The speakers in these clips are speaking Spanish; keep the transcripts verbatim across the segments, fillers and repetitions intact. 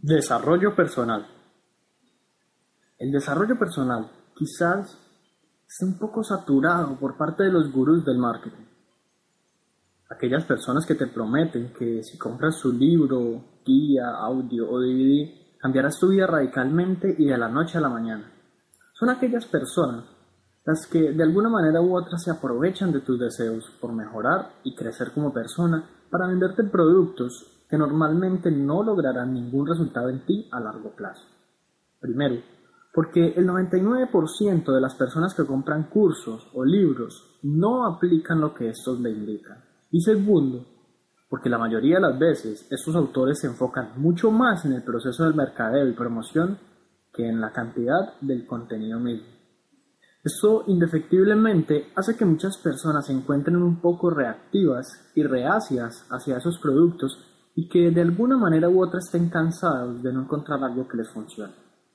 Desarrollo personal. El desarrollo personal quizás esté un poco saturado por parte de los gurús del marketing. Aquellas personas que te prometen que si compras su libro, guía, audio o D V D, cambiarás tu vida radicalmente y de la noche a la mañana. Son aquellas personas las que de alguna manera u otra se aprovechan de tus deseos por mejorar y crecer como persona para venderte productos que normalmente no lograrán ningún resultado en ti a largo plazo. Primero, porque el noventa y nueve por ciento de las personas que compran cursos o libros no aplican lo que estos le indican. Y segundo, porque la mayoría de las veces estos autores se enfocan mucho más en el proceso del mercadeo y promoción que en la cantidad del contenido mismo. Esto indefectiblemente hace que muchas personas se encuentren un poco reactivas y reacias hacia esos productos y que de alguna manera u otra estén cansados de no encontrar algo que les funcione.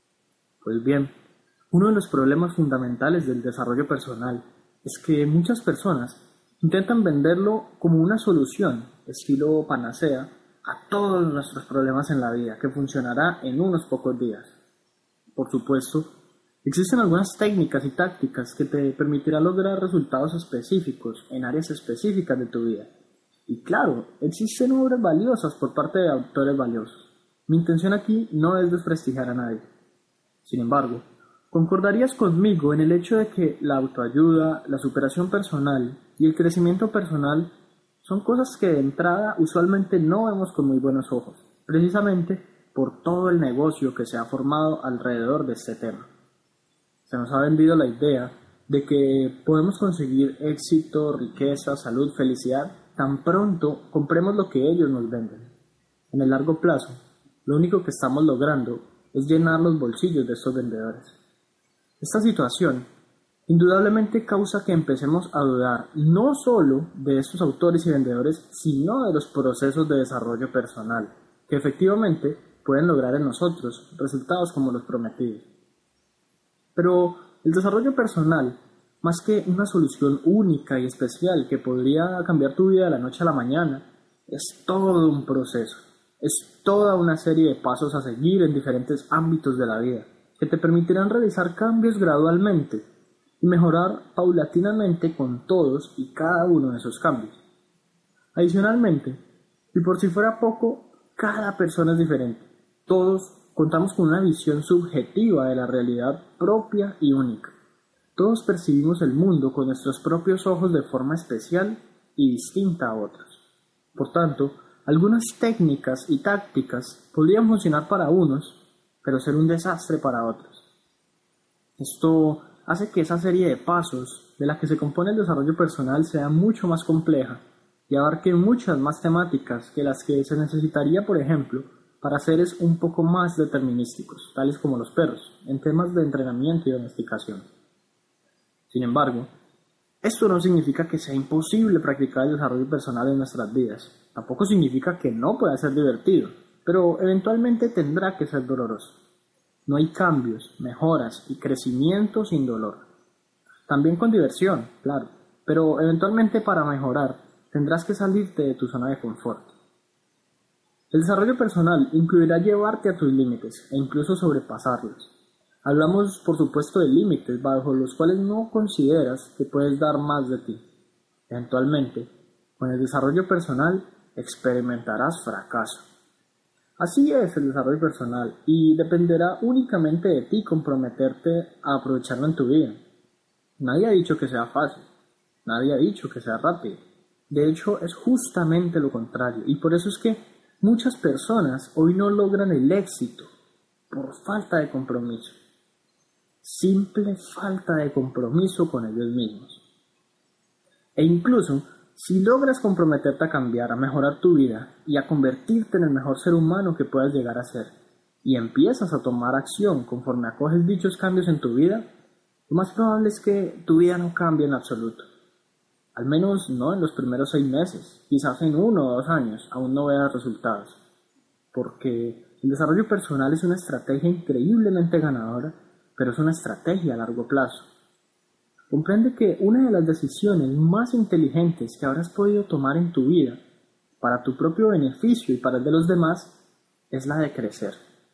Pues bien, uno de los problemas fundamentales del desarrollo personal es que muchas personas intentan venderlo como una solución, estilo panacea, a todos nuestros problemas en la vida, que funcionará en unos pocos días. Por supuesto, existen algunas técnicas y tácticas que te permitirán lograr resultados específicos en áreas específicas de tu vida. Y claro, existen obras valiosas por parte de autores valiosos. Mi intención aquí no es desprestigiar a nadie. Sin embargo, concordarías conmigo en el hecho de que la autoayuda, la superación personal y el crecimiento personal son cosas que de entrada usualmente no vemos con muy buenos ojos, precisamente por todo el negocio que se ha formado alrededor de este tema. Se nos ha vendido la idea de que podemos conseguir éxito, riqueza, salud, felicidad tan pronto compremos lo que ellos nos venden. En el largo plazo, lo único que estamos logrando es llenar los bolsillos de estos vendedores. Esta situación indudablemente causa que empecemos a dudar no solo de estos autores y vendedores, sino de los procesos de desarrollo personal, que efectivamente pueden lograr en nosotros resultados como los prometidos. Pero el desarrollo personal, más que una solución única y especial que podría cambiar tu vida de la noche a la mañana, es todo un proceso, es toda una serie de pasos a seguir en diferentes ámbitos de la vida, que te permitirán realizar cambios gradualmente y mejorar paulatinamente con todos y cada uno de esos cambios. Adicionalmente, y por si fuera poco, cada persona es diferente. Todos contamos con una visión subjetiva de la realidad propia y única. Todos percibimos el mundo con nuestros propios ojos de forma especial y distinta a otros. Por tanto, algunas técnicas y tácticas podrían funcionar para unos, pero ser un desastre para otros. Esto hace que esa serie de pasos de la que se compone el desarrollo personal sea mucho más compleja y abarque muchas más temáticas que las que se necesitaría, por ejemplo, para seres un poco más determinísticos, tales como los perros, en temas de entrenamiento y domesticación. Sin embargo, esto no significa que sea imposible practicar el desarrollo personal en nuestras vidas. Tampoco significa que no pueda ser divertido, pero eventualmente tendrá que ser doloroso. No hay cambios, mejoras y crecimiento sin dolor. También con diversión, claro, pero eventualmente para mejorar tendrás que salirte de tu zona de confort. El desarrollo personal incluirá llevarte a tus límites e incluso sobrepasarlos. Hablamos, por supuesto, de límites bajo los cuales no consideras que puedes dar más de ti. Eventualmente, con el desarrollo personal, experimentarás fracaso. Así es el desarrollo personal y dependerá únicamente de ti comprometerte a aprovecharlo en tu vida. Nadie ha dicho que sea fácil, nadie ha dicho que sea rápido. De hecho, es justamente lo contrario y por eso es que muchas personas hoy no logran el éxito por falta de compromiso. Simple falta de compromiso con ellos mismos. E incluso, si logras comprometerte a cambiar, a mejorar tu vida y a convertirte en el mejor ser humano que puedas llegar a ser, y empiezas a tomar acción conforme acoges dichos cambios en tu vida, lo más probable es que tu vida no cambie en absoluto. Al menos no en los primeros seis meses, quizás en uno o dos años aún no veas resultados. Porque el desarrollo personal es una estrategia increíblemente ganadora, pero es una estrategia a largo plazo. Comprende que una de las decisiones más inteligentes que habrás podido tomar en tu vida, para tu propio beneficio y para el de los demás, es la de crecer.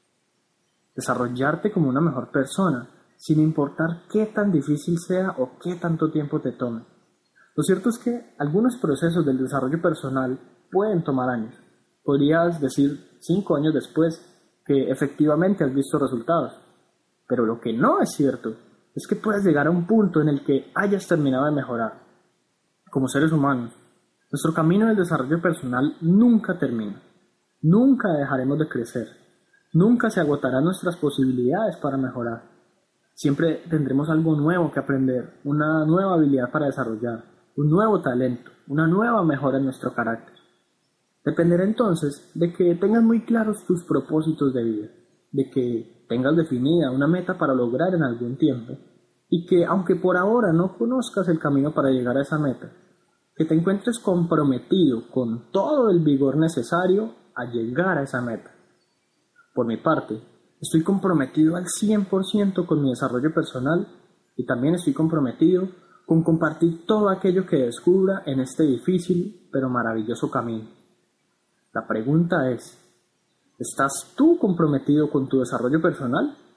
desarrollarte como una mejor persona, sin importar qué tan difícil sea o qué tanto tiempo te tome. Lo cierto es que algunos procesos del desarrollo personal pueden tomar años. Podrías decir cinco años después que efectivamente has visto resultados. Pero lo que no es cierto es que puedas llegar a un punto en el que hayas terminado de mejorar. Como seres humanos, nuestro camino del desarrollo personal nunca termina. Nunca dejaremos de crecer. Nunca se agotarán nuestras posibilidades para mejorar. Siempre tendremos algo nuevo que aprender, una nueva habilidad para desarrollar, un nuevo talento, una nueva mejora en nuestro carácter. Dependerá entonces de que tengas muy claros tus propósitos de vida, de que tengas definida una meta para lograr en algún tiempo y que, aunque por ahora no conozcas el camino para llegar a esa meta, que te encuentres comprometido con todo el vigor necesario a llegar a esa meta. Por mi parte, estoy comprometido al cien por ciento con mi desarrollo personal y también estoy comprometido con compartir todo aquello que descubra en este difícil pero maravilloso camino. La pregunta es, ¿estás tú comprometido con tu desarrollo personal?